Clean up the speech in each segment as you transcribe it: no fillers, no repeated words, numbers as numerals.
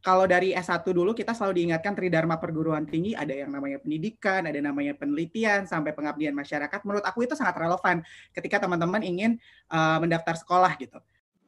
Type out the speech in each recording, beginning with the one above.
kalau dari S1 dulu kita selalu diingatkan tridharma perguruan tinggi, ada yang namanya pendidikan, ada namanya penelitian, sampai pengabdian masyarakat. Menurut aku itu sangat relevan ketika teman-teman ingin mendaftar sekolah gitu.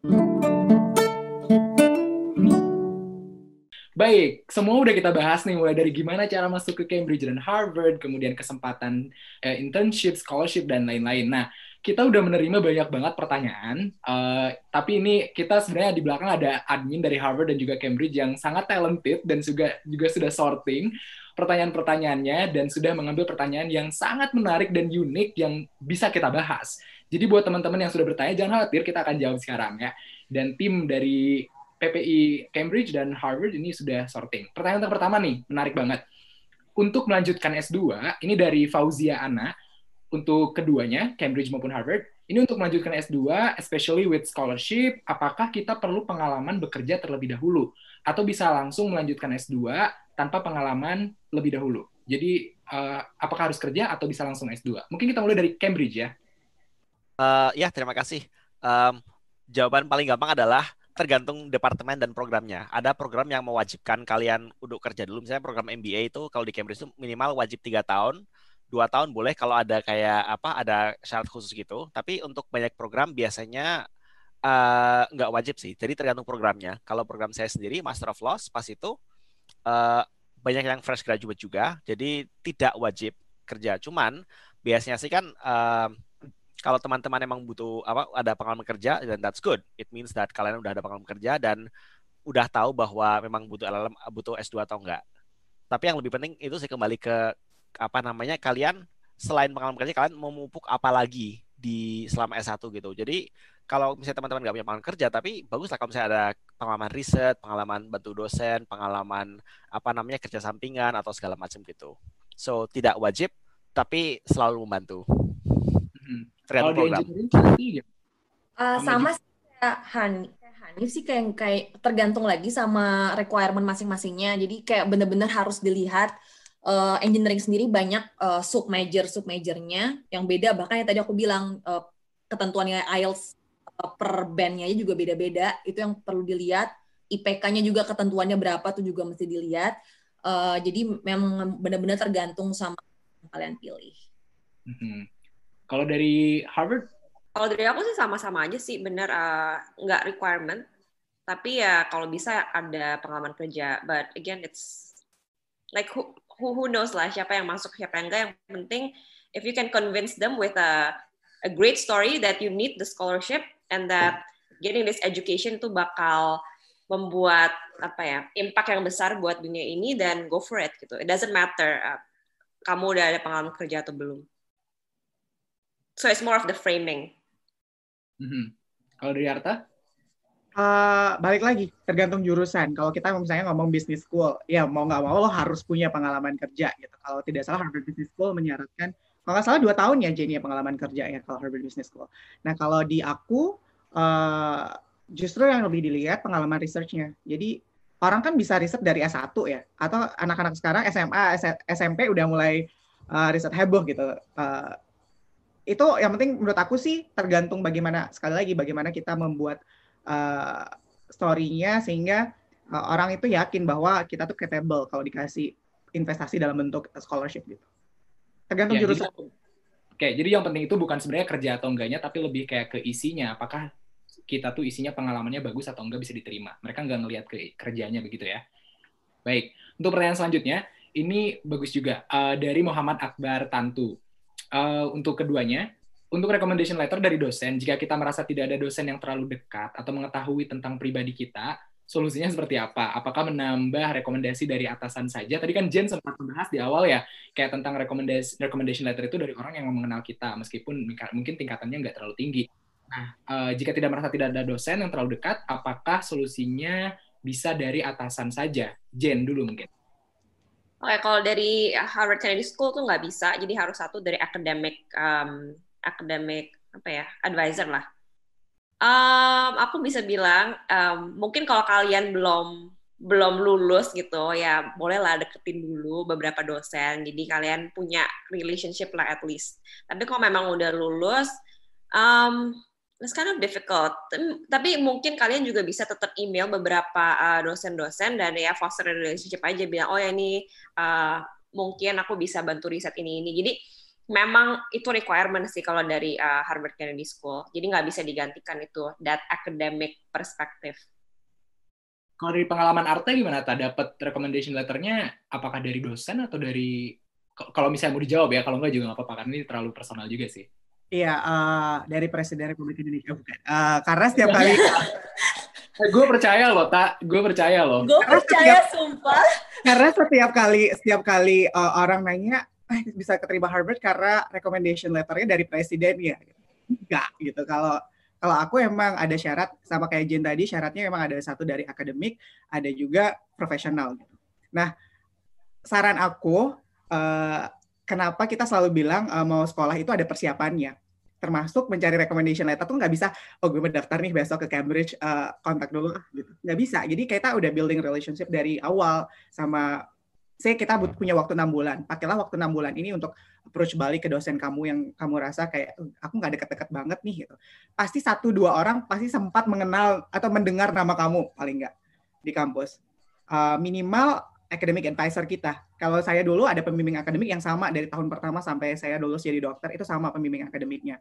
Baik, semua udah kita bahas nih, mulai dari gimana cara masuk ke Cambridge dan Harvard, kemudian kesempatan internship, scholarship, dan lain-lain. Nah, kita udah menerima banyak banget pertanyaan, tapi ini kita sebenarnya di belakang ada admin dari Harvard dan juga Cambridge yang sangat talented dan juga sudah sorting pertanyaan-pertanyaannya dan sudah mengambil pertanyaan yang sangat menarik dan unik yang bisa kita bahas. Jadi buat teman-teman yang sudah bertanya, jangan khawatir, kita akan jawab sekarang ya. Dan tim dari PPI Cambridge dan Harvard ini sudah sorting. Pertanyaan pertama nih, menarik banget. Untuk melanjutkan S2, ini dari Fauzia Ana, untuk keduanya, Cambridge maupun Harvard, ini untuk melanjutkan S2, especially with scholarship, apakah kita perlu pengalaman bekerja terlebih dahulu? Atau bisa langsung melanjutkan S2 tanpa pengalaman lebih dahulu? Jadi, apakah harus kerja atau bisa langsung S2? Mungkin kita mulai dari Cambridge ya. Ya, terima kasih. Jawaban paling gampang adalah tergantung departemen dan programnya. Ada program yang mewajibkan kalian untuk kerja dulu. Misalnya program MBA itu kalau di Cambridge itu minimal wajib 3 tahun. 2 tahun boleh kalau ada kayak ada syarat khusus gitu. Tapi untuk banyak program biasanya nggak wajib sih. Jadi tergantung programnya. Kalau program saya sendiri Master of Laws pas itu banyak yang fresh graduate juga. Jadi tidak wajib kerja. Cuman biasanya sih kan kalau teman-teman emang butuh ada pengalaman kerja, dan that's good. It means that kalian udah ada pengalaman kerja dan udah tahu bahwa memang butuh LLM, butuh S2 atau enggak. Tapi yang lebih penting itu sih kembali ke kalian selain pengalaman kerja kalian mau memupuk apa lagi di selama S1 gitu. Jadi kalau misalnya teman-teman nggak punya pengalaman kerja, tapi bagus lah kalau misalnya ada pengalaman riset, pengalaman bantu dosen, pengalaman kerja sampingan atau segala macam gitu. So tidak wajib, tapi selalu membantu. Kalau di engineering sama kayak Hanif sih kayak tergantung lagi sama requirement masing-masingnya. Jadi kayak benar-benar harus dilihat engineering sendiri banyak sub-majornya yang beda. Bahkan yang tadi aku bilang ketentuannya IELTS per bandnya juga beda-beda. Itu yang perlu dilihat. IPK-nya juga ketentuannya berapa tuh juga mesti dilihat. Jadi memang benar-benar tergantung sama yang kalian pilih. Kalau dari Harvard? Kalau dari aku sih sama-sama aja sih, bener nggak requirement. Tapi ya kalau bisa ada pengalaman kerja. But again, it's like who knows lah siapa yang masuk, siapa yang enggak. Yang penting, if you can convince them with a great story that you need the scholarship and that getting this education itu bakal membuat impact yang besar buat dunia ini, dan go for it gitu. It doesn't matter kamu udah ada pengalaman kerja atau belum. So it's more of the framing. Kalau dari Arta? Balik lagi, tergantung jurusan. Kalau kita misalnya ngomong business school, ya mau nggak mau lo harus punya pengalaman kerja gitu. Kalau tidak salah Harvard Business School menyarankan, kalau nggak salah 2 tahun ya Jenny pengalaman kerja ya kalau Harvard Business School. Nah kalau di aku, justru yang lebih dilihat pengalaman research-nya. Jadi orang kan bisa riset dari S1 ya, atau anak-anak sekarang SMA, SMP udah mulai riset heboh gitu. Itu yang penting menurut aku sih tergantung sekali lagi bagaimana kita membuat story-nya sehingga orang itu yakin bahwa kita tuh capable kalau dikasih investasi dalam bentuk scholarship gitu. Tergantung jurusan. Jadi yang penting itu bukan sebenarnya kerja atau enggaknya, tapi lebih kayak ke isinya. Apakah kita tuh isinya pengalamannya bagus atau enggak bisa diterima. Mereka nggak ngelihat ke kerjanya begitu ya. Baik, untuk pertanyaan selanjutnya, ini bagus juga. Dari Muhammad Akbar Tantu. Untuk keduanya, untuk recommendation letter dari dosen, jika kita merasa tidak ada dosen yang terlalu dekat atau mengetahui tentang pribadi kita, solusinya seperti apa? Apakah menambah rekomendasi dari atasan saja? Tadi kan Jen sempat membahas di awal ya, kayak tentang recommendation letter itu dari orang yang mengenal kita, meskipun mungkin tingkatannya nggak terlalu tinggi. Nah, jika tidak merasa tidak ada dosen yang terlalu dekat, apakah solusinya bisa dari atasan saja? Jen dulu mungkin. Oke, kalau dari Harvard Kennedy School tuh nggak bisa, jadi harus satu dari academic advisor lah. Aku bisa bilang mungkin kalau kalian belum lulus gitu ya bolehlah deketin dulu beberapa dosen, jadi kalian punya relationship lah at least. Tapi kalau memang udah lulus, It's kind of difficult. Tapi mungkin kalian juga bisa tetap email beberapa dosen-dosen dan ya foster relationship aja, bilang oh ya ini mungkin aku bisa bantu riset ini. Jadi memang itu requirement sih kalau dari Harvard Kennedy School. Jadi nggak bisa digantikan itu that academic perspective. Kalau dari pengalaman Arte gimana? Dapat recommendation letternya apakah dari dosen atau dari, kalau misalnya mau dijawab ya, kalau nggak juga nggak apa-apa, karena ini terlalu personal juga sih. Iya, dari Presiden Republik Indonesia bukan. Karena setiap kali gue percaya loh, gue percaya loh. Gue percaya, sumpah. Karena setiap kali orang nanya, bisa keterima Harvard karena recommendation letternya dari presiden ya. Enggak gitu. Kalau aku emang ada syarat, sama kayak Jen tadi, syaratnya emang ada satu dari akademik, ada juga profesional gitu. Nah, saran aku, kenapa kita selalu bilang mau sekolah itu ada persiapannya, termasuk mencari recommendation letter tuh nggak bisa, oh gue mendaftar nih besok ke Cambridge, kontak dulu gitu, nggak bisa. Jadi kita udah building relationship dari awal sama, kita punya waktu 6 bulan, pakailah waktu 6 bulan ini untuk approach balik ke dosen kamu yang kamu rasa kayak aku nggak deket-deket banget nih gitu. Pasti 1-2 orang pasti sempat mengenal atau mendengar nama kamu paling nggak di kampus. Minimal academic advisor kita. Kalau saya dulu ada pembimbing akademik yang sama dari tahun pertama sampai saya lulus jadi dokter, itu sama pembimbing akademiknya.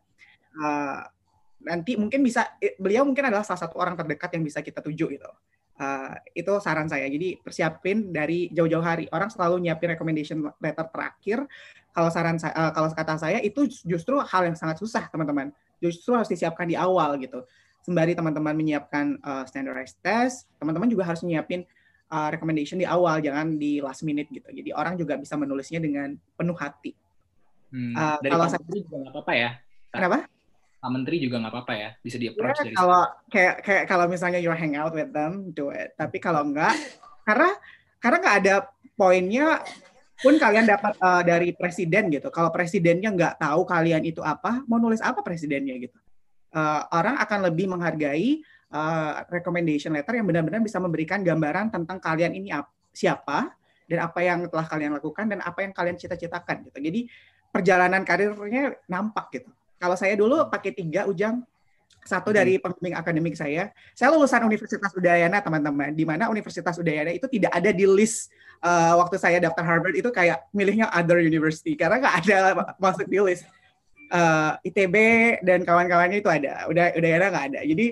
Nanti mungkin beliau mungkin adalah salah satu orang terdekat yang bisa kita tuju gitu. Itu saran saya. Jadi persiapin dari jauh-jauh hari. Orang selalu nyiapin recommendation letter terakhir. Kalau kata saya itu justru hal yang sangat susah, teman-teman. Justru harus disiapkan di awal gitu. Sembari teman-teman menyiapkan standardized test, teman-teman juga harus nyiapin recommendation di awal, jangan di last minute gitu. Jadi orang juga bisa menulisnya dengan penuh hati. Dari kalau saya juga nggak apa-apa ya. Kenapa? Pak Menteri juga nggak apa-apa ya, bisa di approach dari kalau misalnya you hang out with them, do it. Tapi kalau enggak, karena nggak ada poinnya pun kalian dapat dari presiden gitu. Kalau presidennya nggak tahu kalian itu apa, mau nulis apa presidennya gitu. Orang akan lebih menghargai recommendation letter yang benar-benar bisa memberikan gambaran tentang kalian ini siapa dan apa yang telah kalian lakukan dan apa yang kalian cita-citakan gitu. Jadi perjalanan karirnya nampak gitu. Kalau saya dulu pakai 3 Ujang, 1 dari pembimbing akademik saya lulusan Universitas Udayana teman-teman, di mana Universitas Udayana itu tidak ada di list waktu saya daftar Harvard, itu kayak milihnya other university karena nggak ada masuk di list. ITB dan kawan-kawannya itu ada, Udayana nggak ada. Jadi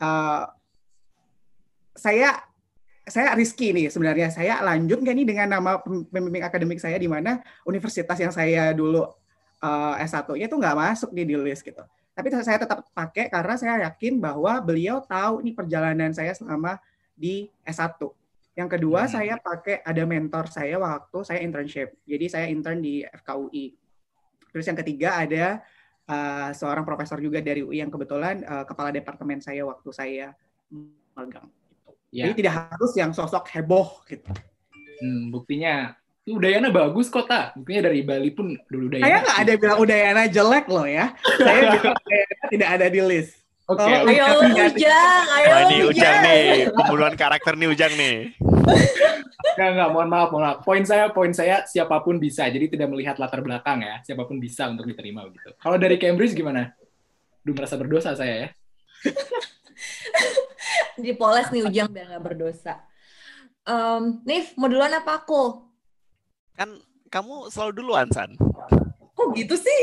saya risky nih sebenarnya. Saya lanjut nggak nih dengan nama pembimbing akademik saya, di mana universitas yang saya dulu S1-nya itu nggak masuk di list gitu. Tapi saya tetap pakai karena saya yakin bahwa beliau tahu nih perjalanan saya selama di S1. Yang kedua, saya pakai ada mentor saya waktu saya internship. Jadi saya intern di FKUI. Terus yang ketiga ada seorang profesor juga dari UI yang kebetulan kepala departemen saya waktu saya magang. Ya. Jadi tidak harus yang sosok heboh gitu. Buktinya Udayana bagus kok, Ta. Buktinya dari Bali pun dulu Udayana. Saya nggak ada bilang Udayana jelek loh ya. Saya bilang Udayana tidak ada di list. Oke. Ayo Ujang, ayo Ujang nih, pembunuhan karakter nih Ujang nih. Enggak, mohon maaf. Poin saya siapapun bisa. Jadi tidak melihat latar belakang ya. Siapapun bisa untuk diterima begitu. Kalau dari Cambridge gimana? Duh, merasa berdosa saya ya. Dipoles nih Ujang biar nggak berdosa. Nif, mau duluan apa aku? Kan kamu selalu duluan, San. Kok gitu sih?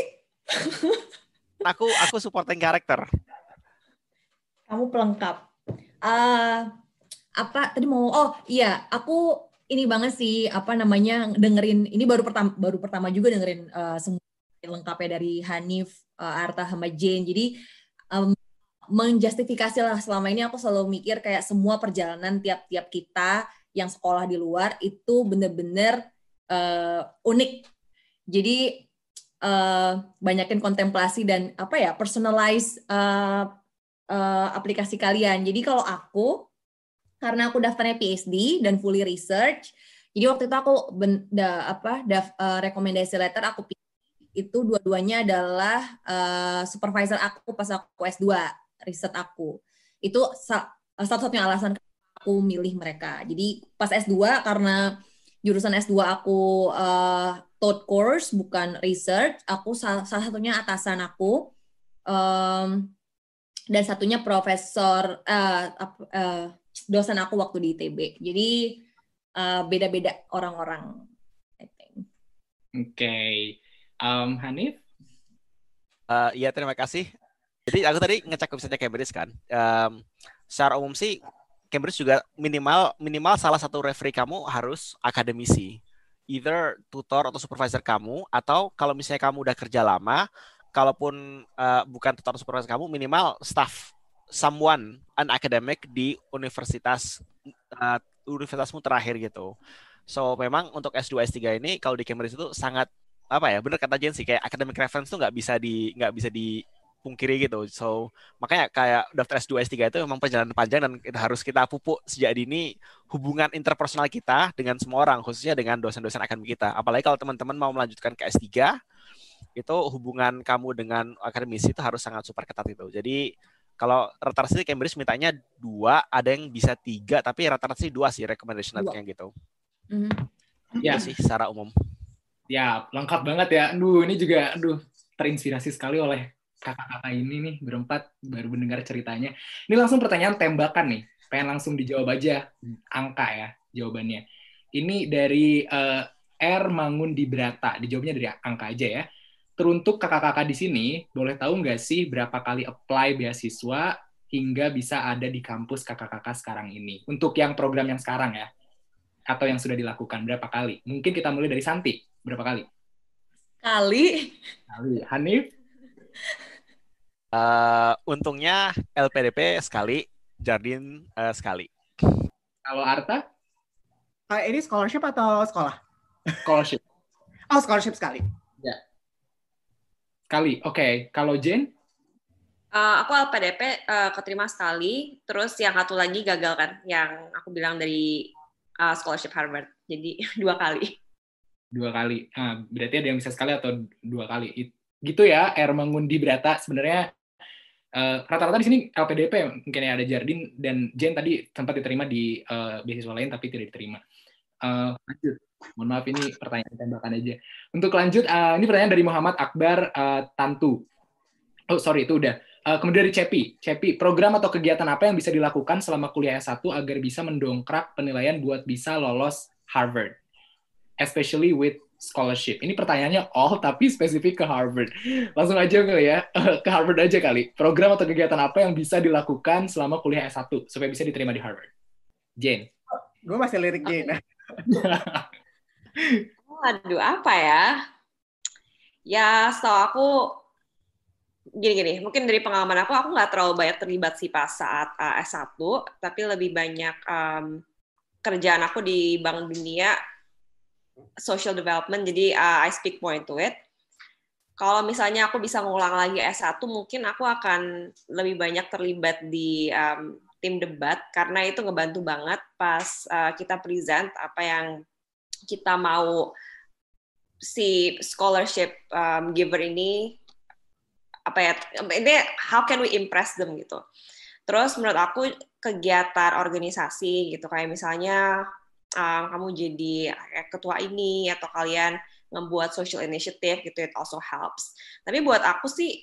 Aku supporting karakter. Kamu pelengkap. Apa tadi mau? Oh iya, aku ini banget sih, dengerin. Ini baru pertama juga dengerin semua lengkapnya dari Hanif, Arta, sama Jane. Jadi menjustifikasi lah, selama ini aku selalu mikir kayak semua perjalanan tiap-tiap kita yang sekolah di luar itu bener-bener unik. Jadi banyakin kontemplasi dan personalize aplikasi kalian. Jadi kalau aku, karena aku daftarnya PhD dan fully research, jadi waktu itu aku rekomendasi letter aku pilih itu dua-duanya adalah supervisor aku pas aku S2 riset aku. Itu satu-satunya alasan aku milih mereka. Jadi pas S2 karena jurusan S2 aku taught course bukan research, aku salah satunya atasan aku dan satunya dosen aku waktu di ITB. Jadi beda-beda orang-orang, I think. Oke. Hanif? Iya, terima kasih. Jadi aku tadi ngecek website Cambridge kan. Secara umum sih Cambridge juga minimal salah satu referee kamu harus akademisi. Either tutor atau supervisor kamu, atau kalau misalnya kamu udah kerja lama, kalaupun bukan tutor atau supervisor kamu, minimal staff, someone, an academic di universitasmu terakhir gitu. So memang untuk S2 S3 ini kalau di Cambridge itu sangat bener kata Jen sih, kayak academic reference tuh nggak bisa dipungkiri gitu. So makanya kayak daftar S2 S3 itu memang perjalanan panjang dan harus kita pupuk sejak dini hubungan interpersonal kita dengan semua orang, khususnya dengan dosen-dosen akademik kita. Apalagi kalau teman-teman mau melanjutkan ke S3, itu hubungan kamu dengan akademisi itu harus sangat super ketat gitu. Jadi kalau rata-rata sih Cambridge mintanya 2, ada yang bisa 3, tapi rata-rata sih 2 sih recommendation kayak gitu. Ya sih secara umum. Ya, lengkap banget ya. Ini juga terinspirasi sekali oleh kakak-kakak ini nih, berempat baru mendengar ceritanya. Ini langsung pertanyaan tembakan nih. Pengen langsung dijawab aja angka ya jawabannya. Ini dari R Mangun di Brata. Dijawabnya dari angka aja ya. Teruntuk kakak-kakak di sini, boleh tahu nggak sih berapa kali apply beasiswa hingga bisa ada di kampus kakak-kakak sekarang ini? Untuk yang program yang sekarang ya. Atau yang sudah dilakukan, berapa kali? Mungkin kita mulai dari Santi. Berapa kali? Kali. Hanif? Untungnya LPDP sekali, Jardin sekali. Kalau Arta? Ini scholarship atau sekolah? Scholarship. Oh, scholarship sekali. Ya. Sekali, oke. Kalau Jen? Aku LPDP keterima sekali, terus yang satu lagi gagal kan, yang aku bilang dari scholarship Harvard, jadi 2 kali. 2 kali. Berarti ada yang bisa sekali atau 2 kali. Gitu ya, R Mangundi Brata. Sebenarnya rata-rata di sini LPDP, mungkin ada Jardin dan Jen tadi sempat diterima di beasiswa lain tapi tidak diterima. Lanjut. Mohon maaf, ini pertanyaan tembakan aja. Untuk lanjut, ini pertanyaan dari Muhammad Akbar Tantu. Oh, sorry, itu udah. Kemudian dari Cepi, program atau kegiatan apa yang bisa dilakukan selama kuliah S1 agar bisa mendongkrak penilaian buat bisa lolos Harvard? Especially with scholarship. Ini pertanyaannya tapi spesifik ke Harvard. Langsung aja kali ya, ke Harvard aja kali. Program atau kegiatan apa yang bisa dilakukan selama kuliah S1 supaya bisa diterima di Harvard? Jane. Gue masih lirik Jane. Aduh, apa ya? Ya, setahu aku gini, mungkin dari pengalaman aku nggak terlalu banyak terlibat sih pas saat S1, tapi lebih banyak kerjaan aku di Bank Dunia, social development, jadi I speak more into it. Kalau misalnya aku bisa ngulang lagi S1, mungkin aku akan lebih banyak terlibat di tim debat, karena itu ngebantu banget pas kita present apa yang kita mau si scholarship giver ini, how can we impress them gitu. Terus menurut aku kegiatan organisasi gitu, kayak misalnya kamu jadi ketua ini atau kalian membuat social initiative gitu, it also helps. Tapi buat aku sih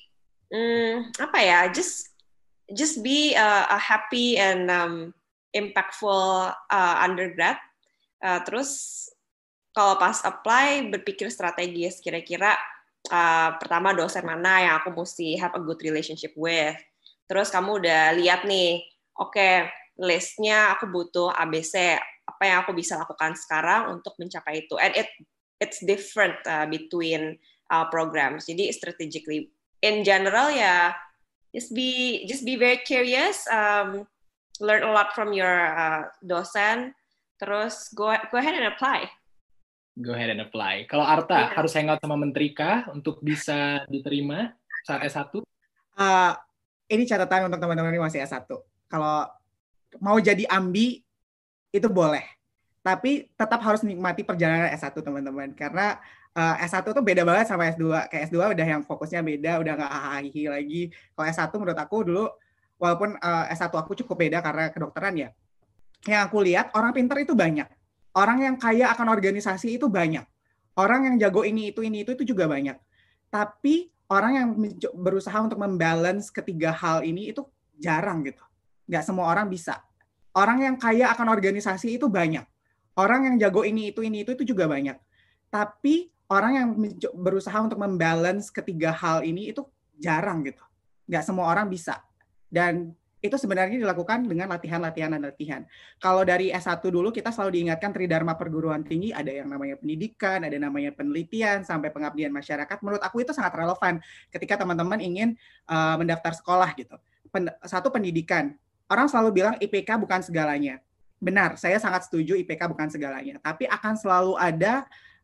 just be a happy and impactful undergrad. Terus kalau pas apply berpikir strategis, kira-kira pertama dosen mana yang aku mesti have a good relationship with. Terus kamu udah lihat nih, oke, listnya aku butuh ABC, apa yang aku bisa lakukan sekarang untuk mencapai itu. And it's different between programs. Jadi strategically, in general ya, just be very curious, learn a lot from your dosen, terus go ahead and apply. Go ahead and apply. Kalau Arta, harus hangout sama menteri kah untuk bisa diterima saat S1? Ini catatan untuk teman-teman yang masih S1. Kalau mau jadi ambi, itu boleh. Tapi tetap harus nikmati perjalanan S1, teman-teman. Karena S1 tuh beda banget sama S2. Kayak S2 udah yang fokusnya beda, udah nggak hahihi lagi. Kalau S1 menurut aku dulu, walaupun S1 aku cukup beda karena kedokteran ya, yang aku lihat orang pintar itu banyak. Orang yang kaya akan organisasi itu banyak. Orang yang jago ini itu juga banyak. Tapi orang yang berusaha untuk membalance ketiga hal ini itu jarang gitu. Nggak semua orang bisa. Orang yang kaya akan organisasi itu banyak. Orang yang jago ini itu juga banyak. Tapi orang yang berusaha untuk membalance ketiga hal ini itu jarang gitu. Nggak semua orang bisa. Dan itu sebenarnya dilakukan dengan latihan. Kalau dari S1 dulu kita selalu diingatkan tridharma perguruan tinggi, ada yang namanya pendidikan, ada namanya penelitian, sampai pengabdian masyarakat. Menurut aku itu sangat relevan ketika teman-teman ingin mendaftar sekolah gitu. Satu, pendidikan. Orang selalu bilang IPK bukan segalanya. Benar, saya sangat setuju IPK bukan segalanya. Tapi akan selalu ada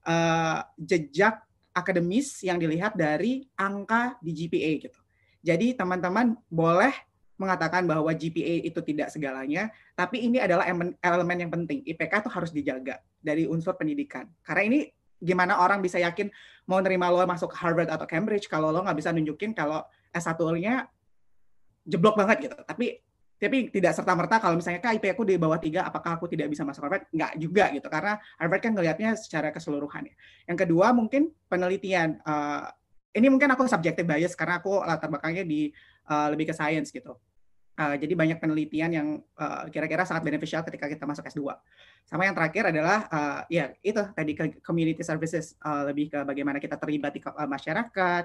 jejak akademis yang dilihat dari angka di GPA gitu. Jadi teman-teman boleh mengatakan bahwa GPA itu tidak segalanya, tapi ini adalah elemen yang penting. IPK itu harus dijaga dari unsur pendidikan. Karena ini gimana orang bisa yakin mau nerima lo masuk Harvard atau Cambridge kalau lo nggak bisa nunjukin kalau S1-nya jeblok banget gitu. Tapi tidak serta-merta kalau misalnya IPK aku di bawah 3, apakah aku tidak bisa masuk Harvard? Nggak juga gitu, karena Harvard kan ngelihatnya secara keseluruhan. Yang kedua mungkin penelitian. Ini mungkin aku subjective bias karena aku latar belakangnya di lebih ke science gitu. Jadi banyak penelitian yang kira-kira sangat beneficial ketika kita masuk S2. Sama yang terakhir adalah ya itu tadi community services, lebih ke bagaimana kita terlibat di masyarakat,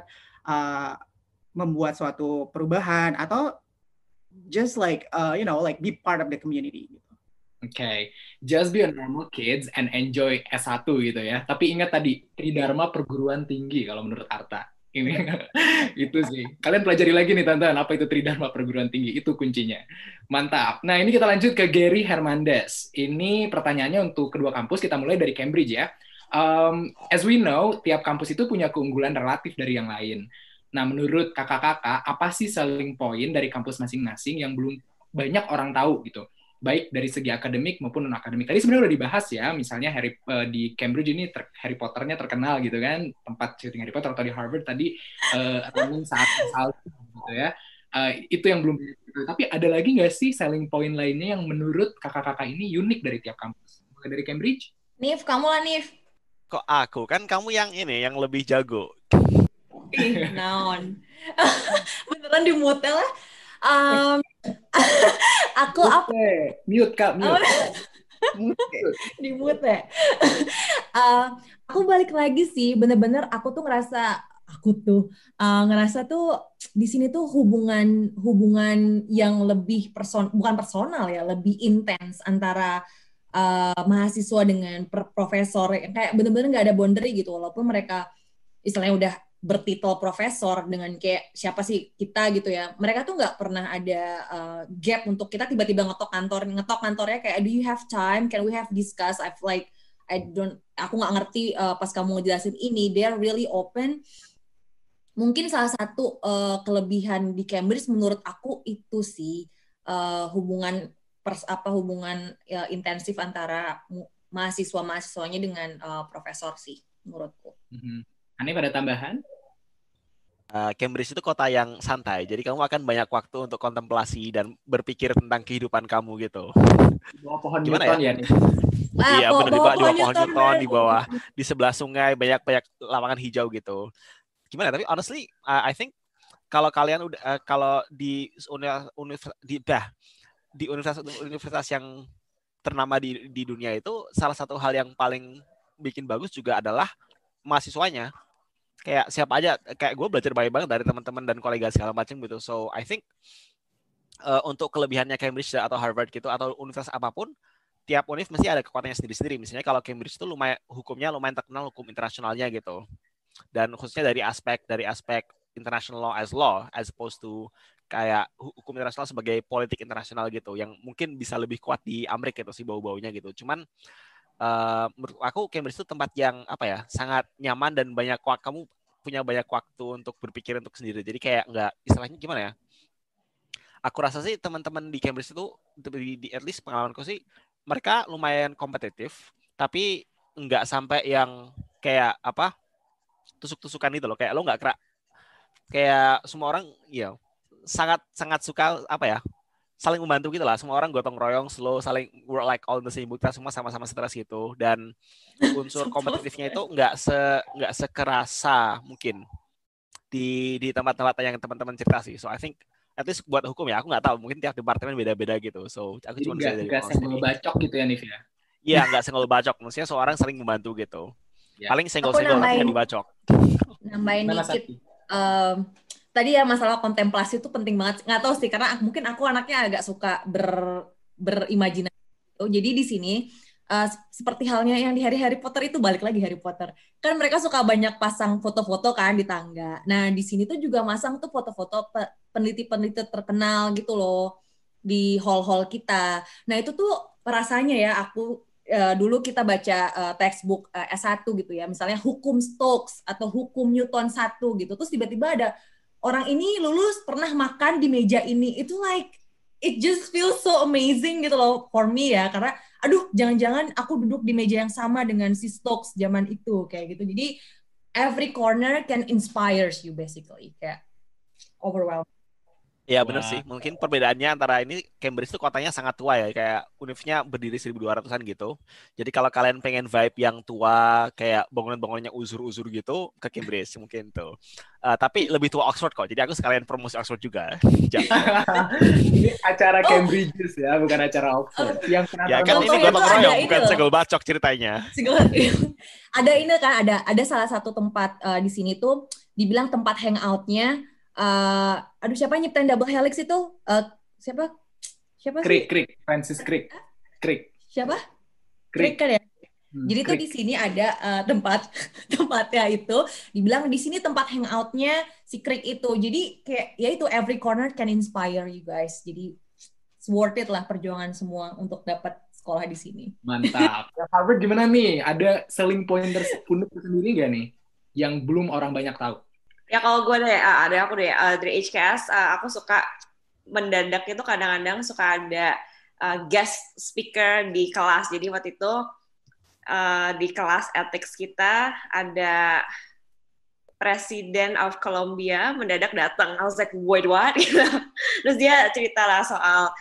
membuat suatu perubahan atau just like be part of the community gitu. Okay, just be a normal kids and enjoy S1 gitu ya. Tapi ingat tadi, tridharma perguruan tinggi kalau menurut Arta. Ini itu sih. Kalian pelajari lagi nih teman-teman, apa itu tridharma perguruan tinggi, itu kuncinya. Mantap. Nah, ini kita lanjut ke Gary Hernandez. Ini pertanyaannya untuk kedua kampus, kita mulai dari Cambridge ya. As we know, tiap kampus itu punya keunggulan relatif dari yang lain. Nah, menurut kakak-kakak, apa sih selling point dari kampus masing-masing yang belum banyak orang tahu gitu? Baik dari segi akademik maupun non-akademik. Tadi sebenarnya udah dibahas ya, misalnya di Cambridge ini Harry Potter-nya terkenal gitu kan, tempat syuting Harry Potter, atau di Harvard tadi running saat gitu ya. Itu yang belum. Tapi ada lagi nggak sih selling point lainnya yang menurut kakak-kakak ini unik dari tiap kampus? Dari Cambridge? Nif, kamu lah Nif. Kok aku? Kan kamu yang ini, yang lebih jago. Naon. Beneran di mute lah. Aku mute Kak, mute. Di mute ya. Aku balik lagi sih, bener-bener aku tuh ngerasa tuh di sini tuh hubungan yang lebih bukan personal ya, lebih intens antara mahasiswa dengan profesor, yang kayak bener-bener nggak ada boundary gitu, walaupun mereka istilahnya udah bertitel profesor dengan kayak siapa sih kita gitu ya, mereka tuh nggak pernah ada gap untuk kita tiba-tiba ngetok kantornya kayak do you have time, can we have discuss, aku nggak ngerti pas kamu ngejelasin ini, they're really open. Mungkin salah satu kelebihan di Cambridge menurut aku itu sih hubungan intensif antara mahasiswanya dengan profesor sih menurutku. Hanif ada tambahan? Cambridge itu kota yang santai, jadi kamu akan banyak waktu untuk kontemplasi dan berpikir tentang kehidupan kamu gitu. Di bawah pohon Gimana Newton ya? Iya benar, di bawah pohon Newton, di bawah, di sebelah sungai, banyak lapangan hijau gitu. Gimana? Tapi honestly, I think kalau kalian udah kalau di universitas yang ternama di dunia itu, salah satu hal yang paling bikin bagus juga adalah mahasiswanya. Kayak siapa aja, kayak gue belajar banyak banget dari teman-teman dan kolega segala macam gitu. So I think untuk kelebihannya Cambridge atau Harvard gitu atau universitas apapun, tiap univ mesti ada kekuatannya sendiri-sendiri. Misalnya kalau Cambridge itu hukumnya lumayan terkenal, hukum internasionalnya gitu. Dan khususnya dari aspek international law as opposed to kayak hukum internasional sebagai politik internasional gitu, yang mungkin bisa lebih kuat di Amerika gitu sih bau-baunya gitu. Cuman menurut aku Cambridge itu tempat yang sangat nyaman dan kamu punya banyak waktu untuk berpikir untuk sendiri. Jadi kayak nggak, istilahnya gimana ya? Aku rasa sih teman-teman di Cambridge itu di at least pengalamanku sih mereka lumayan kompetitif, tapi nggak sampai yang kayak tusuk-tusukan itu loh. Kayak lo nggak kayak semua orang sangat suka saling membantu gitu lah, semua orang gotong royong, slow, saling work like all the same, kita semua sama-sama stres gitu, dan unsur kompetitifnya itu nggak sekerasa mungkin di tempat-tempat yang teman-teman cerita sih. So I think at least buat hukum ya, aku nggak tahu, mungkin tiap departemen beda-beda gitu. So aku Jadi cuma bisa dari nggak senggol bacok gitu ya, Nif ya? Iya, nggak senggol bacok. Maksudnya seorang saling membantu gitu. Ya. Paling senggol-senggol tapi nggak dibacok. Nambahin Mana dikit. Sakti? Tadi ya masalah kontemplasi itu penting banget. Nggak tahu sih, karena mungkin aku anaknya agak suka berimajinasi. Jadi di sini, seperti halnya yang di Harry Potter itu, balik lagi Harry Potter. Kan mereka suka banyak pasang foto-foto kan di tangga. Nah, di sini tuh juga masang tuh foto-foto peneliti-peneliti terkenal gitu loh di hall-hall kita. Nah, itu tuh rasanya ya, aku dulu kita baca textbook S1 gitu ya, misalnya hukum Stokes atau hukum Newton 1 gitu. Terus tiba-tiba ada orang ini lulus pernah makan di meja ini. Itu like, it just feels so amazing gitu loh for me ya. Karena aduh, jangan-jangan aku duduk di meja yang sama dengan si Stokes zaman itu, kayak gitu. Jadi every corner can inspires you basically, kayak overwhelming. Ya benar sih, mungkin perbedaannya antara ini, Cambridge itu kotanya sangat tua ya, kayak univnya berdiri 1200-an gitu. Jadi kalau kalian pengen vibe yang tua, kayak bangunan-bangunannya uzur-uzur gitu, ke Cambridge mungkin tuh. Tapi lebih tua Oxford kok, jadi aku sekalian promosi Oxford juga. Ini acara Cambridge ya, bukan acara Oxford. Yang ya kan ini gotong royong, bukan senggol bacok ceritanya. Ada ini kan, ada salah satu tempat di sini tuh dibilang tempat hangout-nya. Aduh, siapa yang nyiptain double helix itu? Siapa sih? Crick, Francis Crick. Siapa? Crick kan ya? Jadi tuh di sini ada tempatnya itu dibilang di sini tempat hangout-nya si Crick itu. Jadi kayak ya itu, every corner can inspire you guys. Jadi it's worth it lah perjuangan semua untuk dapat sekolah di sini. Mantap. Harvard gimana nih? Ada selling point tersendiri nggak nih yang belum orang banyak tahu? Ya kalau gue deh, aku dari HKS, aku suka mendadak itu kadang-kadang suka ada guest speaker di kelas. Jadi waktu itu di kelas ethics kita ada Presiden of Colombia mendadak datang. I was like, wait, what? Terus dia cerita lah soal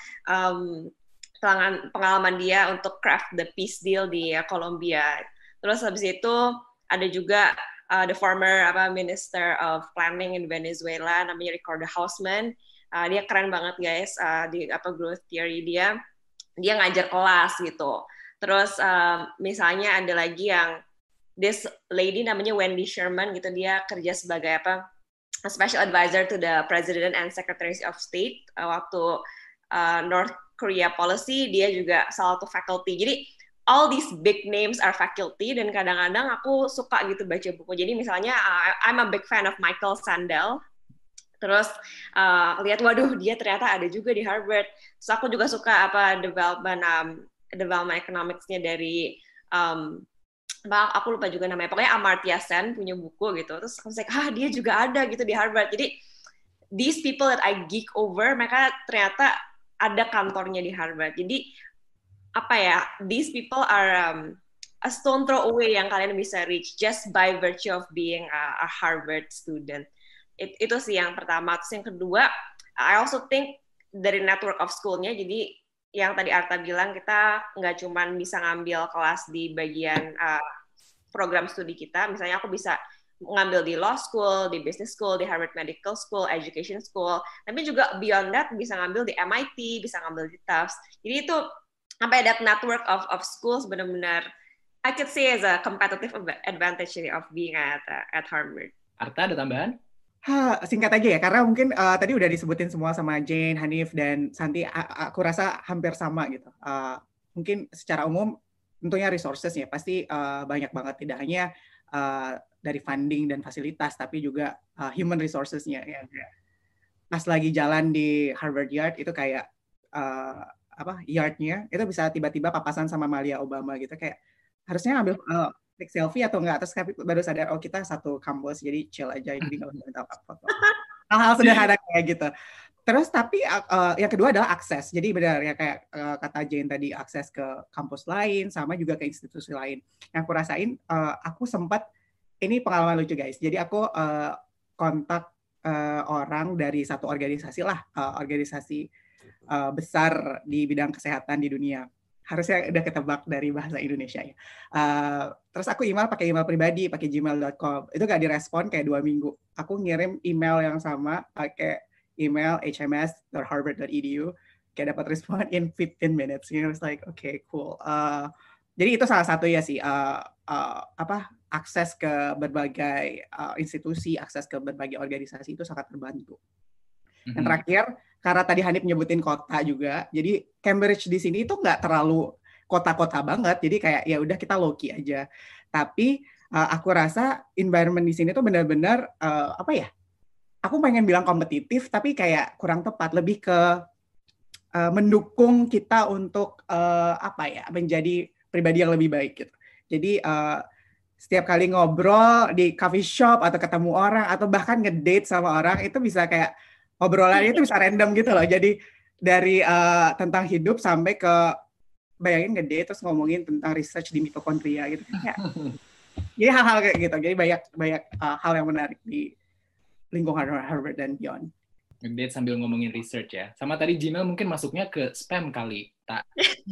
pengalaman dia untuk craft the peace deal di Colombia. Terus habis itu ada juga the former Minister of Planning in Venezuela, namanya Ricardo Hausman. Dia keren banget guys, di growth theory dia ngajar kelas gitu. Terus misalnya ada lagi yang this lady namanya Wendy Sherman gitu, dia kerja sebagai a special advisor to the President and Secretary of State waktu North Korea policy. Dia juga salah satu faculty. Jadi all these big names are faculty, dan kadang-kadang aku suka gitu baca buku. Jadi misalnya I'm a big fan of Michael Sandel. Terus lihat, waduh, dia ternyata ada juga di Harvard. Terus aku juga suka development economics-nya dari aku lupa juga namanya. Pokoknya Amartya Sen punya buku gitu. Terus aku like, dia juga ada gitu di Harvard. Jadi these people that I geek over, mereka ternyata ada kantornya di Harvard. Jadi these people are a stone throw away yang kalian bisa reach just by virtue of being a Harvard student. Itu sih yang pertama. Terus yang kedua, I also think dari network of school-nya, jadi yang tadi Arta bilang, kita nggak cuma bisa ngambil kelas di bagian program studi kita. Misalnya aku bisa ngambil di law school, di business school, di Harvard Medical School, education school, tapi juga beyond that bisa ngambil di MIT, bisa ngambil di Tufts. Jadi itu that network of schools benar-benar I could say as a competitive advantage of being at Harvard. Arta, ada tambahan? Singkat aja ya, karena mungkin tadi udah disebutin semua sama Jane, Hanif, dan Santi. Aku rasa hampir sama gitu. Mungkin secara umum tentunya resources ya pasti banyak banget, tidak hanya dari funding dan fasilitas, tapi juga human resources-nya. Ya. Pas lagi jalan di Harvard Yard itu kayak yard-nya itu bisa tiba-tiba papasan sama Malia Obama gitu, kayak harusnya ambil take selfie atau enggak, terus baru sadar kita satu kampus, jadi chill aja, jadi nggak usah minta foto. Hal-hal sederhana kayak gitu. Terus tapi yang kedua adalah akses. Jadi benar ya kayak kata Jane tadi, akses ke kampus lain sama juga ke institusi lain. Yang aku rasain, aku sempat, ini pengalaman lucu guys. Jadi aku kontak orang dari satu organisasi lah, organisasi besar di bidang kesehatan di dunia. harusnya udah ketebak dari bahasa Indonesia ya. Terus aku email pakai email pribadi, pakai gmail.com. Itu gak direspon kayak 2 minggu. Aku ngirim email yang sama pakai email hms.harvard.edu, kayak dapat respon in 15 minutes. You know, it's like, okay, cool. Jadi itu salah satu ya sih, akses ke berbagai institusi, akses ke berbagai organisasi itu sangat terbantu. Yang terakhir, karena tadi Hanif nyebutin kota juga, jadi Cambridge di sini itu nggak terlalu kota-kota banget, jadi kayak ya udah kita low key aja. Tapi aku rasa environment di sini tuh benar-benar aku pengen bilang kompetitif, tapi kayak kurang tepat, lebih ke mendukung kita untuk menjadi pribadi yang lebih baik gitu. Jadi setiap kali ngobrol di coffee shop atau ketemu orang atau bahkan ngedate sama orang itu bisa kayak obrolannya itu bisa random gitu loh. Jadi dari tentang hidup sampai ke bayangin ngedate terus ngomongin tentang research di mitokondria gitu. Jadi hal-hal kayak gitu. Jadi banyak hal yang menarik di lingkungan Harvard dan beyond. Ngedate sambil ngomongin research ya. Sama tadi Gmail mungkin masuknya ke spam kali, tak?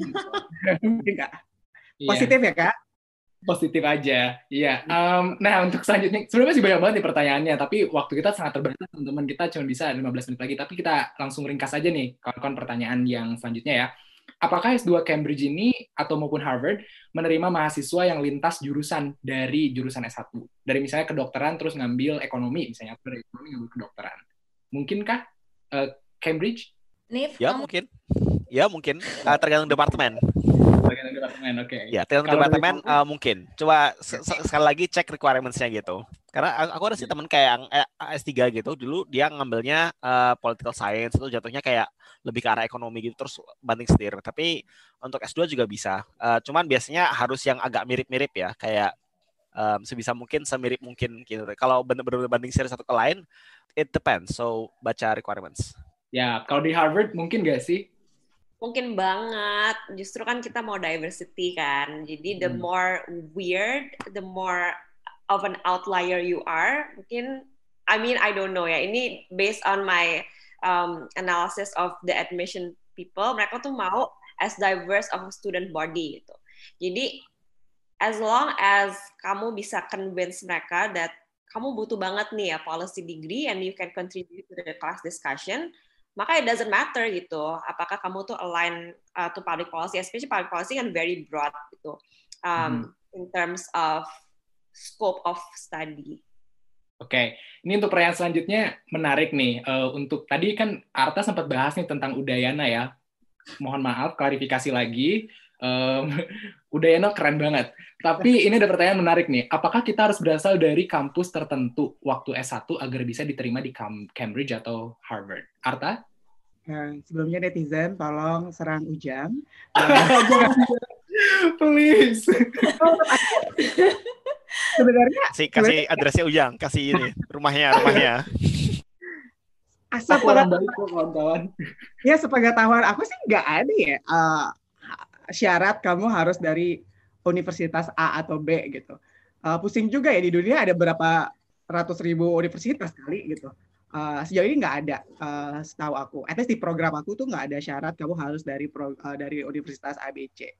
Mungkin nggak. Positif ya, Kak? Positif aja, iya. Nah, untuk selanjutnya, sebenarnya masih banyak banget nih pertanyaannya, tapi waktu kita sangat terbatas, teman-teman. Kita cuma bisa 15 menit lagi, tapi kita langsung ringkas aja nih, kawan-kawan pertanyaan yang selanjutnya ya. Apakah S2 Cambridge ini, atau maupun Harvard, menerima mahasiswa yang lintas jurusan dari jurusan S1? Dari misalnya kedokteran, terus ngambil ekonomi, misalnya dari ekonomi ngambil kedokteran. Mungkinkah Cambridge? Nif, Ya, mungkin. Ya, mungkin. Tergantung departemen. Bagian departemen, oke. Ya, tergantung departemen mungkin. Coba sekali lagi cek requirements-nya gitu. Karena aku ada sih teman kayak yang S3 gitu, dulu dia ngambilnya political science, itu jatuhnya kayak lebih ke arah ekonomi gitu, terus banting setir. Tapi untuk S2 juga bisa. Cuman biasanya harus yang agak mirip-mirip ya, kayak sebisa mungkin, semirip mungkin gitu. Kalau benar-benar banding setir satu ke lain, it depends. So, baca requirements. Ya, kalau di Harvard mungkin nggak sih? Mungkin banget. Justru kan kita mau diversity kan. Jadi the more weird, the more of an outlier you are. Mungkin, I don't know ya. Ini based on my analysis of the admission people. Mereka tuh mau as diverse of a student body gitu. Jadi as long as kamu bisa convince mereka that kamu butuh banget nih ya policy degree and you can contribute to the class discussion, maka it doesn't matter gitu, apakah kamu tuh align to public policy, especially public policy kan very broad gitu, in terms of scope of study. Oke, ini untuk pertanyaan selanjutnya menarik nih. Untuk tadi kan Arta sempat bahas nih tentang Udayana ya. Mohon maaf, klarifikasi lagi. Udayana keren banget. Tapi ini ada pertanyaan menarik nih. Apakah kita harus berasal dari kampus tertentu waktu S1 agar bisa diterima di Cambridge atau Harvard? Arta? Sebelumnya netizen, tolong serang Ujang. Please. Sebenarnya kasih addressnya Ujang, kasih ini rumahnya. Sepengetahuan aku sih nggak ada ya syarat kamu harus dari universitas A atau B gitu. Pusing juga ya, di dunia ada berapa ratus ribu universitas kali gitu. Sejauh ini nggak ada, setahu aku. At least di program aku tuh nggak ada syarat kamu harus dari universitas ABC.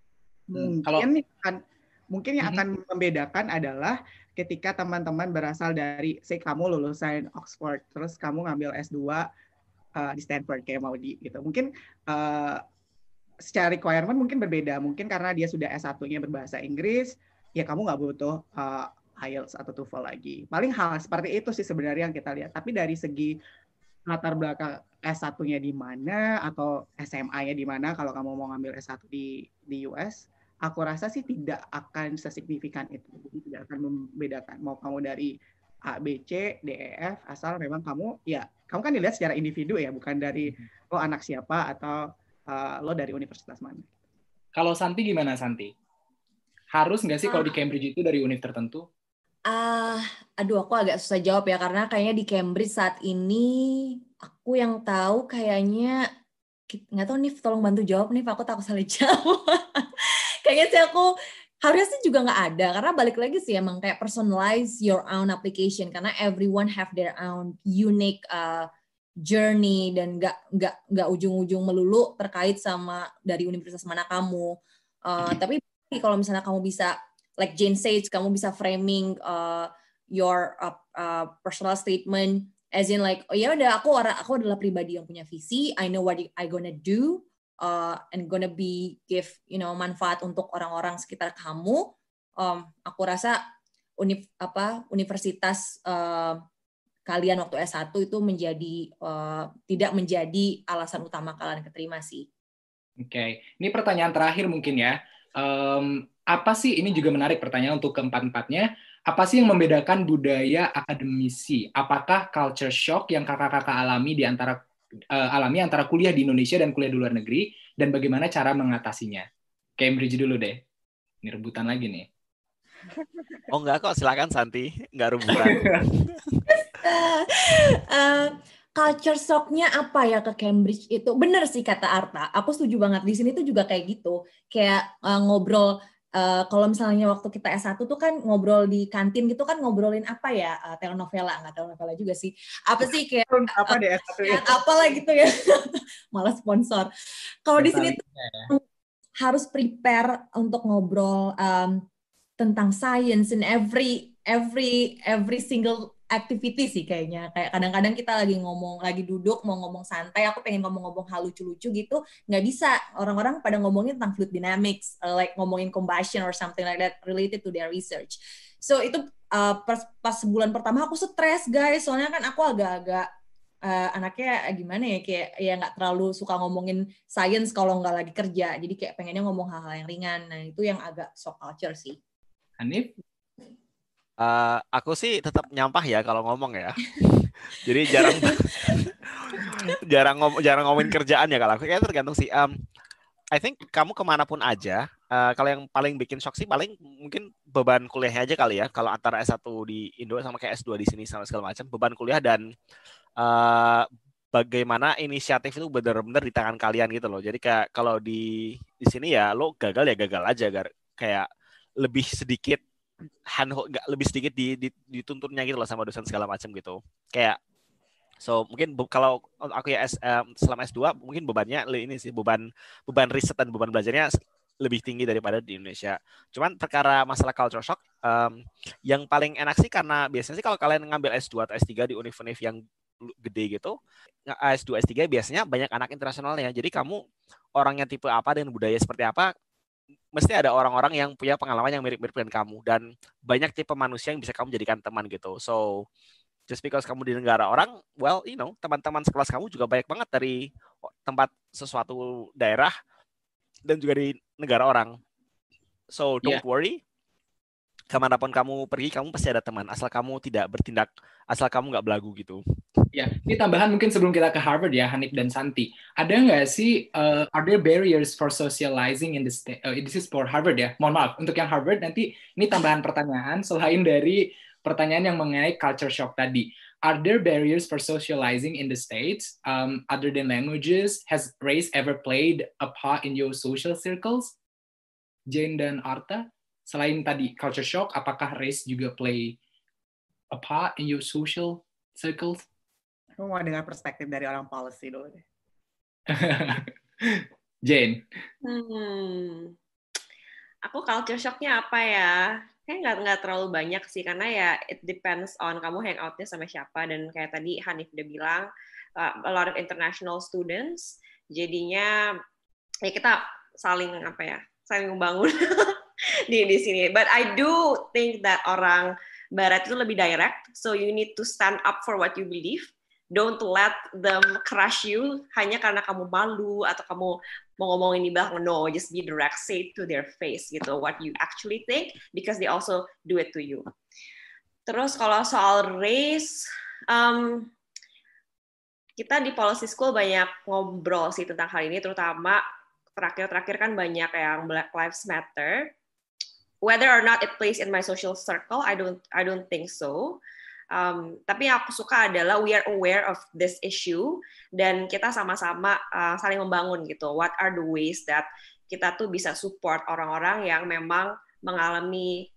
Mungkin yang akan membedakan adalah ketika teman-teman berasal dari, kamu lulusan Oxford, terus kamu ngambil S2 di Stanford kayak Maudi gitu. Mungkin secara requirement mungkin berbeda. Mungkin karena dia sudah S1-nya berbahasa Inggris, ya kamu nggak butuh IELTS atau TOEFL lagi. Paling hal seperti itu sih sebenarnya yang kita lihat. Tapi dari segi latar belakang S1-nya di mana atau SMA-nya di mana kalau kamu mau ngambil S1 di US, aku rasa sih tidak akan sesignifikan itu. Jadi tidak akan membedakan mau kamu dari A, B, C, D, E, F, asal memang kamu kan dilihat secara individu ya, bukan dari lo anak siapa atau lo dari universitas mana. Kalau Santi gimana, Santi? Harus nggak sih kalau di Cambridge itu dari univ tertentu? Aku agak susah jawab ya, karena kayaknya di Cambridge saat ini, aku yang tahu kayaknya, nggak tahu Nif, tolong bantu jawab Nif, aku takut salah jawab. Kayaknya sih aku harusnya sih juga nggak ada, karena balik lagi sih emang kayak personalize your own application, karena everyone have their own unique journey dan nggak ujung-ujung melulu terkait sama dari universitas mana kamu. Tapi kalau misalnya kamu bisa, like Jane says, kamu bisa framing your personal statement as in like, oh ya udah aku adalah pribadi yang punya visi, I know what I gonna do, and gonna be give manfaat untuk orang-orang sekitar kamu. Aku rasa universitas kalian waktu S1 itu tidak menjadi alasan utama kalian keterima sih. Oke, ini pertanyaan terakhir mungkin ya. Apa sih, ini juga menarik pertanyaan untuk keempat-empatnya, apa sih yang membedakan budaya akademisi? Apakah culture shock yang kakak-kakak alami antara kuliah di Indonesia dan kuliah di luar negeri, dan bagaimana cara mengatasinya? Cambridge dulu deh. Ini rebutan lagi nih. Oh enggak kok, silakan Santi, enggak rebutan. Culture shock-nya apa ya ke Cambridge itu? Bener sih kata Arta, aku setuju banget. Di sini tuh juga kayak gitu. Kayak ngobrol, kalau misalnya waktu kita S1 tuh kan ngobrol di kantin gitu kan, ngobrolin apa ya, telenovela, nggak telenovela juga sih. Apa sih kayak, apa deh S1 ya? apalah gitu ya. Malah sponsor. Kalau di sini tuh harus prepare untuk ngobrol tentang science in every single activity sih kayaknya. Kayak kadang-kadang kita lagi duduk mau ngomong santai, aku pengen ngomong-ngomong hal lucu-lucu gitu, nggak bisa. Orang-orang pada ngomongin tentang fluid dynamics, like ngomongin combustion or something like that related to their research. So itu pas bulan pertama aku stres guys, soalnya kan aku agak-agak anaknya gimana ya, kayak ya nggak terlalu suka ngomongin science kalau nggak lagi kerja. Jadi kayak pengennya ngomong hal-hal yang ringan. Nah itu yang agak shock culture sih. Hanif? Aku sih tetap nyampah ya kalau ngomong ya. Jadi jarang ngomongin kerjaan ya kalau aku. Kayaknya tergantung sih. I think kamu kemanapun aja. Kalau yang paling bikin shock sih paling mungkin beban kuliahnya aja kali ya. Kalau antara S1 di Indo sama kayak S2 di sini sama segala macam, beban kuliah dan bagaimana inisiatif itu benar-benar di tangan kalian gitu loh. Jadi kayak kalau di sini ya lo gagal ya gagal aja, kayak lebih sedikit lebih sedikit dituntunnya gitu loh sama dosen segala macam gitu. Kayak so mungkin kalau aku ya selama S2 mungkin bebannya ini sih beban riset dan beban belajarnya lebih tinggi daripada di Indonesia. Cuman perkara masalah culture shock yang paling enak sih karena biasanya sih kalau kalian ngambil S2 atau S3 di univ-univ yang gede gitu, S2 S3 biasanya banyak anak internasionalnya. Jadi kamu orangnya tipe apa dan budaya seperti apa, mesti ada orang-orang yang punya pengalaman yang mirip-mirip dengan kamu dan banyak tipe manusia yang bisa kamu jadikan teman gitu. So just because kamu di negara orang, well, teman-teman sekelas kamu juga banyak banget dari tempat sesuatu daerah dan juga di negara orang. So don't worry. Kemanapun kamu pergi, kamu pasti ada teman. Asal kamu tidak bertindak, asal kamu nggak belagu gitu. Ya, ini tambahan mungkin sebelum kita ke Harvard ya, Hanif dan Santi. Ada nggak sih, are there barriers for socializing in the state? This is for Harvard ya. Mohon maaf, untuk yang Harvard nanti ini tambahan pertanyaan selain dari pertanyaan yang mengenai culture shock tadi. Are there barriers for socializing in the States other than languages? Has race ever played a part in your social circles? Jane dan Arta? Selain tadi culture shock, apakah race juga play a part in your social circles? Aku mau dengar perspektif dari orang policy dulu deh. Jane. Aku culture shock-nya apa ya? Kayak nggak terlalu banyak sih, karena ya it depends on kamu hangout-nya sama siapa. Dan kayak tadi Hanif udah bilang, a lot of international students. Jadinya ya kita saling membangun di sini. But I do think that orang Barat itu lebih direct, so you need to stand up for what you believe. Don't let them crush you hanya karena kamu malu atau kamu mau ngomongin di belakang. No, just be direct, say to their face gitu what you actually think, because they also do it to you. Terus kalau soal race, kita di Policy School banyak ngobrol sih tentang hal ini, terutama terakhir kan banyak yang Black Lives Matter. Whether or not it plays in my social circle, I don't think so. Tapi yang aku suka adalah we are aware of this issue dan kita sama-sama saling membangun gitu. What are the ways that kita tuh bisa support orang-orang yang memang mengalami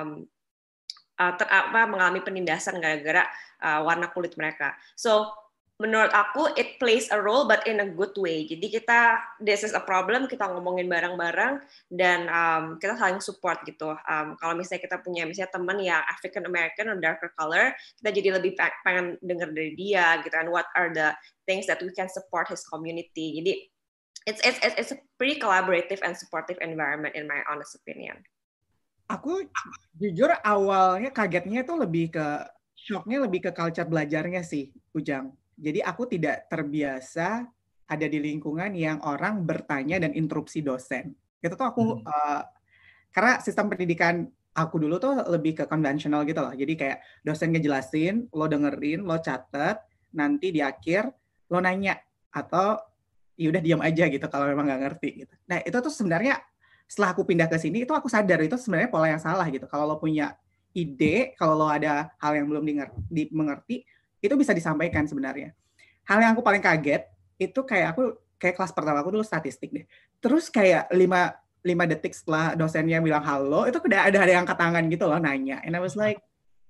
mengalami penindasan gara-gara warna kulit mereka. So menurut aku it plays a role but in a good way. Jadi this is a problem, kita ngomongin bareng-bareng dan kita saling support gitu. Kalau misalnya kita punya misalnya teman yang African American or darker color, kita jadi lebih pengen dengar dari dia gitu. And what are the things that we can support his community. Jadi it's a pretty collaborative and supportive environment in my honest opinion. Aku jujur awalnya kagetnya itu shocknya lebih ke culture belajarnya sih, Ujang. Jadi aku tidak terbiasa ada di lingkungan yang orang bertanya dan interupsi dosen. Itu tuh aku, karena sistem pendidikan aku dulu tuh lebih ke konvensional gitu loh. Jadi kayak dosen ngejelasin, lo dengerin, lo catet, nanti di akhir lo nanya. Atau ya udah diam aja gitu kalau memang nggak ngerti gitu. Nah itu tuh sebenarnya setelah aku pindah ke sini, itu aku sadar itu sebenarnya pola yang salah gitu. Kalau lo punya ide, kalau lo ada hal yang belum dimengerti, itu bisa disampaikan sebenarnya. Hal yang aku paling kaget itu kayak kelas pertama aku dulu statistik deh. Terus kayak 5 detik setelah dosennya bilang halo, itu udah ada yang angkat tangan gitu loh nanya. And I was like,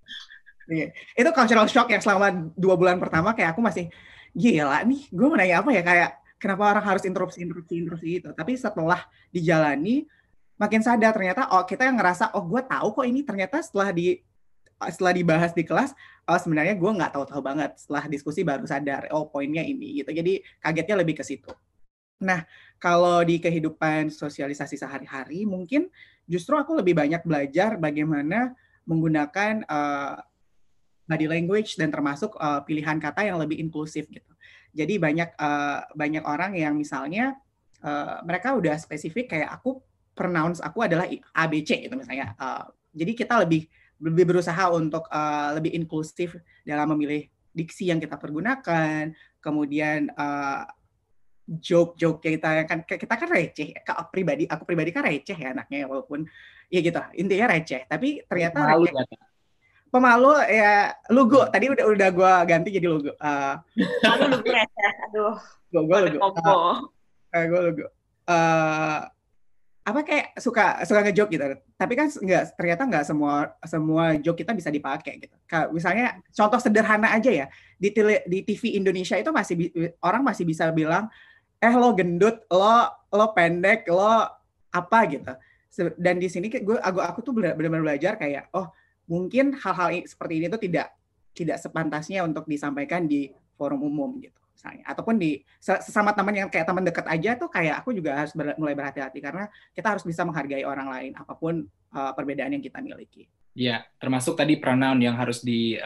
itu cultural shock yang selama 2 bulan pertama kayak aku masih gila nih, gue mau nanya apa ya, kayak kenapa orang harus interupsi gitu. Tapi setelah dijalani makin sadar ternyata kita yang ngerasa gue tahu kok ini, ternyata setelah dibahas di kelas, sebenarnya gue nggak tahu banget. Setelah diskusi baru sadar, poinnya ini gitu. Jadi kagetnya lebih ke situ. Nah, kalau di kehidupan sosialisasi sehari-hari, mungkin justru aku lebih banyak belajar bagaimana menggunakan body language dan termasuk pilihan kata yang lebih inklusif gitu. Jadi banyak orang yang misalnya mereka udah spesifik kayak pronounce aku adalah ABC gitu misalnya. Jadi kita lebih berusaha untuk lebih inklusif dalam memilih diksi yang kita pergunakan, kemudian joke kita kan receh. Aku pribadi kan receh ya anaknya, walaupun ya gitu intinya receh. Tapi ternyata pemalu ya lugu. Tadi udah gue ganti jadi lugu. Lugu receh, aduh. Gue lugu. Gue lugu. Kayak suka nge-joke gitu. Tapi kan ternyata nggak semua joke kita bisa dipakai gitu. Misalnya contoh sederhana aja ya, di TV Indonesia itu orang masih bisa bilang lo gendut, lo pendek, lo apa gitu. Dan di sini aku tuh benar-benar belajar kayak mungkin hal-hal seperti ini tuh tidak sepantasnya untuk disampaikan di forum umum gitu. Misalnya. Ataupun di sesama teman yang kayak teman dekat aja tuh kayak aku juga harus mulai berhati-hati karena kita harus bisa menghargai orang lain apapun perbedaan yang kita miliki. Iya, termasuk tadi pronoun yang harus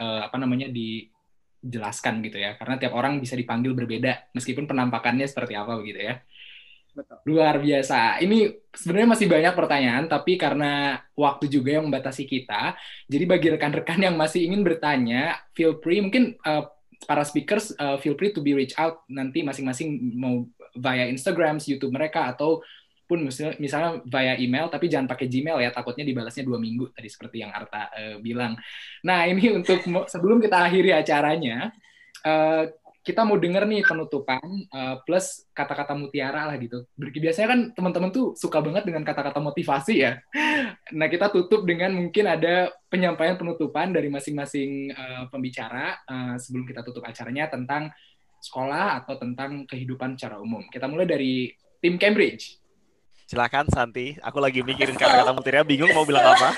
dijelaskan gitu ya, karena tiap orang bisa dipanggil berbeda meskipun penampakannya seperti apa begitu ya. Betul. Luar biasa. Ini sebenarnya masih banyak pertanyaan, tapi karena waktu juga yang membatasi kita, jadi bagi rekan-rekan yang masih ingin bertanya, feel free, mungkin para speakers feel free to be reach out nanti masing-masing mau via Instagram, YouTube mereka, ataupun misalnya via email, tapi jangan pakai Gmail ya, takutnya dibalasnya 2 minggu, tadi seperti yang Arta bilang. Nah, ini untuk sebelum kita akhiri acaranya, kita mau denger nih penutupan plus kata-kata mutiara lah gitu. Biasanya kan teman-teman tuh suka banget dengan kata-kata motivasi ya. Nah, kita tutup dengan mungkin ada penyampaian penutupan dari masing-masing pembicara sebelum kita tutup acaranya tentang sekolah atau tentang kehidupan secara umum. Kita mulai dari tim Cambridge. Silakan Santi, aku lagi mikirin kata-kata mutiara, bingung mau bilang apa.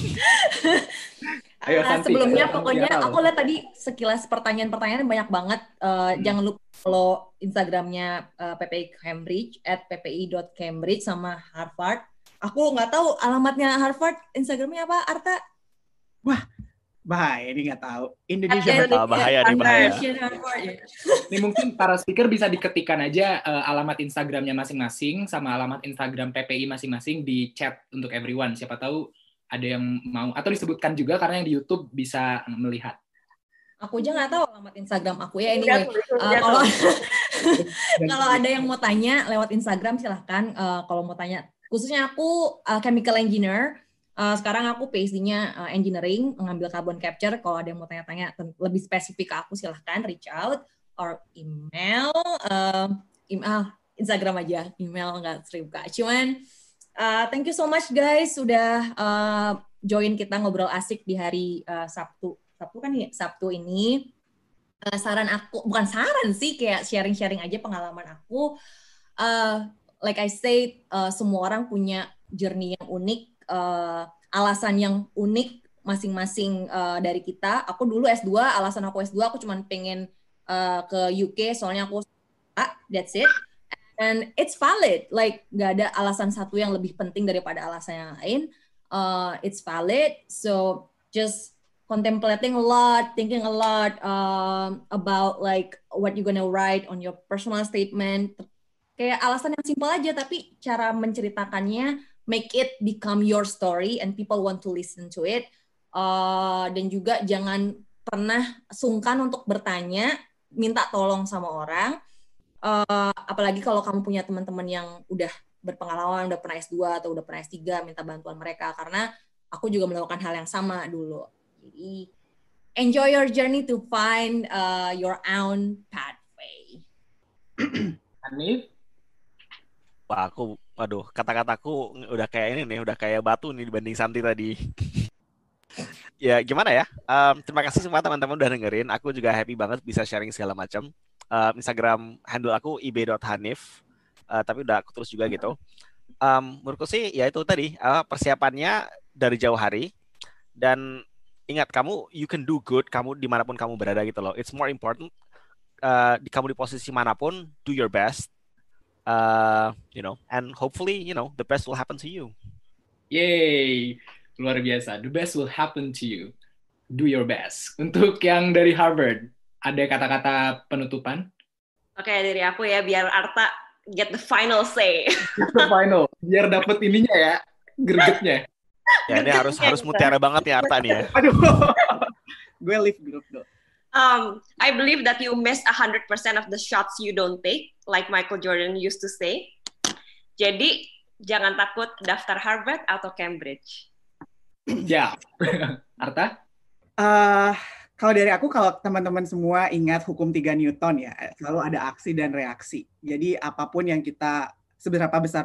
Ayo, Santi, sebelumnya pokoknya aku lihat tadi sekilas pertanyaan-pertanyaan banyak banget. Jangan lupa follow Instagramnya PPI Cambridge @ppi.cambridge sama Harvard. Aku nggak tahu alamatnya Harvard, Instagramnya apa, Arta? Wah, bahaya ini nggak tahu. Indonesia bahaya nih, bahaya. Ini mungkin para speaker bisa diketikkan aja alamat Instagramnya masing-masing sama alamat Instagram PPI masing-masing di chat untuk everyone. Siapa tahu ada yang mau, atau disebutkan juga karena yang di YouTube bisa melihat. Aku aja nggak tahu alamat Instagram aku ya. Anyway, kalau ada yang mau tanya lewat Instagram silahkan. Kalau mau tanya, khususnya aku chemical engineer. Sekarang aku PhD-nya engineering, mengambil carbon capture. Kalau ada yang mau tanya-tanya lebih spesifik ke aku silahkan reach out or email. Instagram aja, email nggak sering buka. Cuman thank you so much guys sudah join kita ngobrol asik di hari Sabtu kan ya, Sabtu ini. Saran aku, bukan saran sih, kayak sharing-sharing aja pengalaman aku. Like I say, semua orang punya journey yang unik, alasan yang unik masing-masing dari kita. Aku dulu S2, alasan aku S2 aku cuma pengen ke UK, soalnya aku that's it. And it's valid, like gak ada alasan satu yang lebih penting daripada alasan yang lain. It's valid, so just contemplating a lot, thinking a lot about like what you're gonna write on your personal statement. Kayak alasan yang simpel aja, tapi cara menceritakannya make it become your story and people want to listen to it. Dan juga jangan pernah sungkan untuk bertanya, minta tolong sama orang. Apalagi kalau kamu punya teman-teman yang udah berpengalaman, udah pernah S2 atau udah pernah S3, minta bantuan mereka. Karena aku juga melakukan hal yang sama dulu. Jadi, enjoy your journey to find your own pathway. Hanif? Wah, aduh, kata-kataku udah kayak ini nih, udah kayak batu nih dibanding Santi tadi. Ya, gimana ya? Terima kasih semua teman-teman udah dengerin. Aku juga happy banget bisa sharing segala macam. Instagram handle aku ib.hanif, tapi udah aku terus juga gitu. Menurutku sih, ya itu tadi, persiapannya dari jauh hari. Dan ingat, you can do good, kamu dimanapun kamu berada gitu loh. It's more important, kamu di posisi manapun, do your best, and hopefully, the best will happen to you. Yay, luar biasa. The best will happen to you. Do your best. Untuk yang dari Harvard, ada kata-kata penutupan? Oke, dari aku ya, biar Arta get the final say. The final, biar dapet ininya ya, gregetnya. Ya, ini harus mutiara banget ya Arta nih ya. Aduh, gue leave grup dong. I believe that you miss 100% of the shots you don't take, like Michael Jordan used to say. Jadi, jangan takut daftar Harvard atau Cambridge. Ya, Arta? Kalau dari aku, kalau teman-teman semua ingat hukum 3 Newton ya, selalu ada aksi dan reaksi. Jadi, apapun yang seberapa besar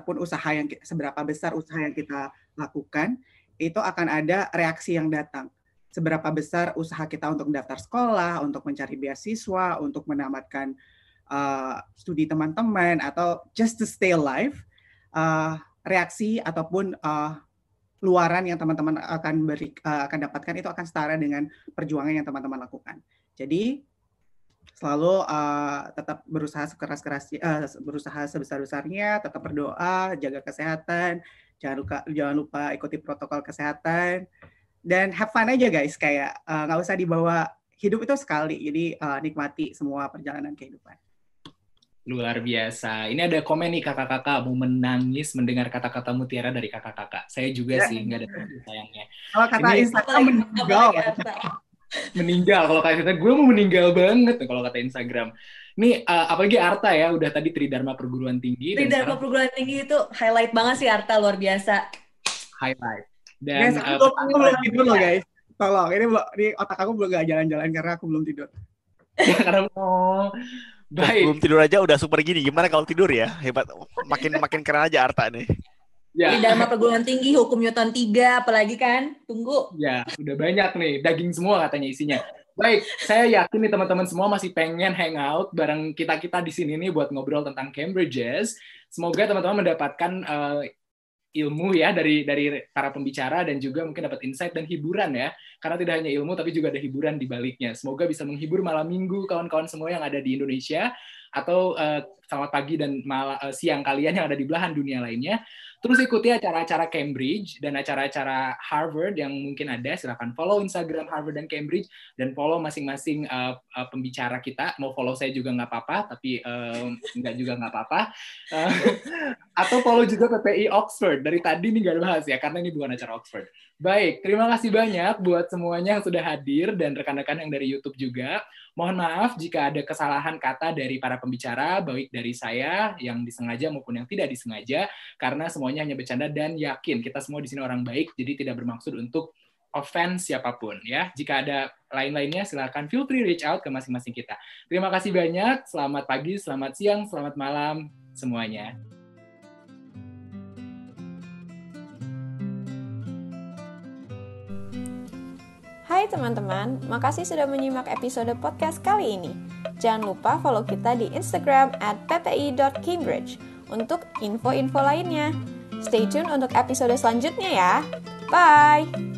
usaha yang kita lakukan, itu akan ada reaksi yang datang. Seberapa besar usaha kita untuk daftar sekolah, untuk mencari beasiswa, untuk menamatkan studi teman-teman, atau just to stay alive, reaksi ataupun luaran yang teman-teman akan dapatkan itu akan setara dengan perjuangan yang teman-teman lakukan. Jadi selalu tetap berusaha berusaha sebesar-besarnya, tetap berdoa, jaga kesehatan, jangan lupa ikuti protokol kesehatan, dan have fun aja guys, kayak nggak usah dibawa, hidup itu sekali, jadi nikmati semua perjalanan kehidupan. Luar biasa. Ini ada komen nih kakak-kakak mau menangis mendengar kata-kata mutiara dari kakak-kakak. Saya juga sih, nggak ada sayangnya. Kalau kata Instagram meninggal. Meninggal, kalau kata Instagram, gue mau meninggal banget kalau kata Instagram. Nih, apalagi Arta ya, udah tadi Tridharma Perguruan Tinggi. Tridharma Perguruan Tinggi itu highlight banget sih Arta, luar biasa. Highlight. Dan guys, aku belum tidur loh guys. Tolong, ini otak aku belum gak jalan-jalan karena aku belum tidur. Ya, karena baik. Belum tidur aja udah super gini. Gimana kalau tidur ya? Hebat. Makin keren aja Arta nih. Ya. Tridharma Perguruan Tinggi, hukum Newton 3, apalagi kan? Tunggu. Ya, udah banyak nih. Daging semua katanya isinya. Baik, saya yakin nih teman-teman semua masih pengen hangout bareng kita-kita di sini nih buat ngobrol tentang Cambridges. Semoga teman-teman mendapatkan ilmu ya dari para pembicara, dan juga mungkin dapat insight dan hiburan ya. Karena tidak hanya ilmu tapi juga ada hiburan di baliknya. Semoga bisa menghibur malam minggu kawan-kawan semua yang ada di Indonesia, atau selamat pagi dan siang kalian yang ada di belahan dunia lainnya. Terus ikuti acara-acara Cambridge dan acara-acara Harvard yang mungkin ada. Silakan follow Instagram Harvard dan Cambridge, dan follow masing-masing pembicara kita. Mau follow saya juga nggak apa-apa, tapi nggak juga nggak apa-apa. Atau follow juga PPI Oxford. Dari tadi nih nggak bahas ya, karena ini bukan acara Oxford. Baik, terima kasih banyak buat semuanya yang sudah hadir, dan rekan-rekan yang dari YouTube juga. Mohon maaf jika ada kesalahan kata dari para pembicara, baik dari saya yang disengaja maupun yang tidak disengaja, karena semuanya hanya bercanda, dan yakin kita semua di sini orang baik, jadi tidak bermaksud untuk offense siapapun ya. Jika ada lain-lainnya, silakan feel free reach out ke masing-masing kita. Terima kasih banyak, selamat pagi, selamat siang, selamat malam semuanya. Hai Hai teman-teman, makasih sudah menyimak episode podcast kali ini. Jangan lupa follow kita di Instagram @ppi.cambridge untuk info-info lainnya. Stay tune untuk episode selanjutnya ya. Bye!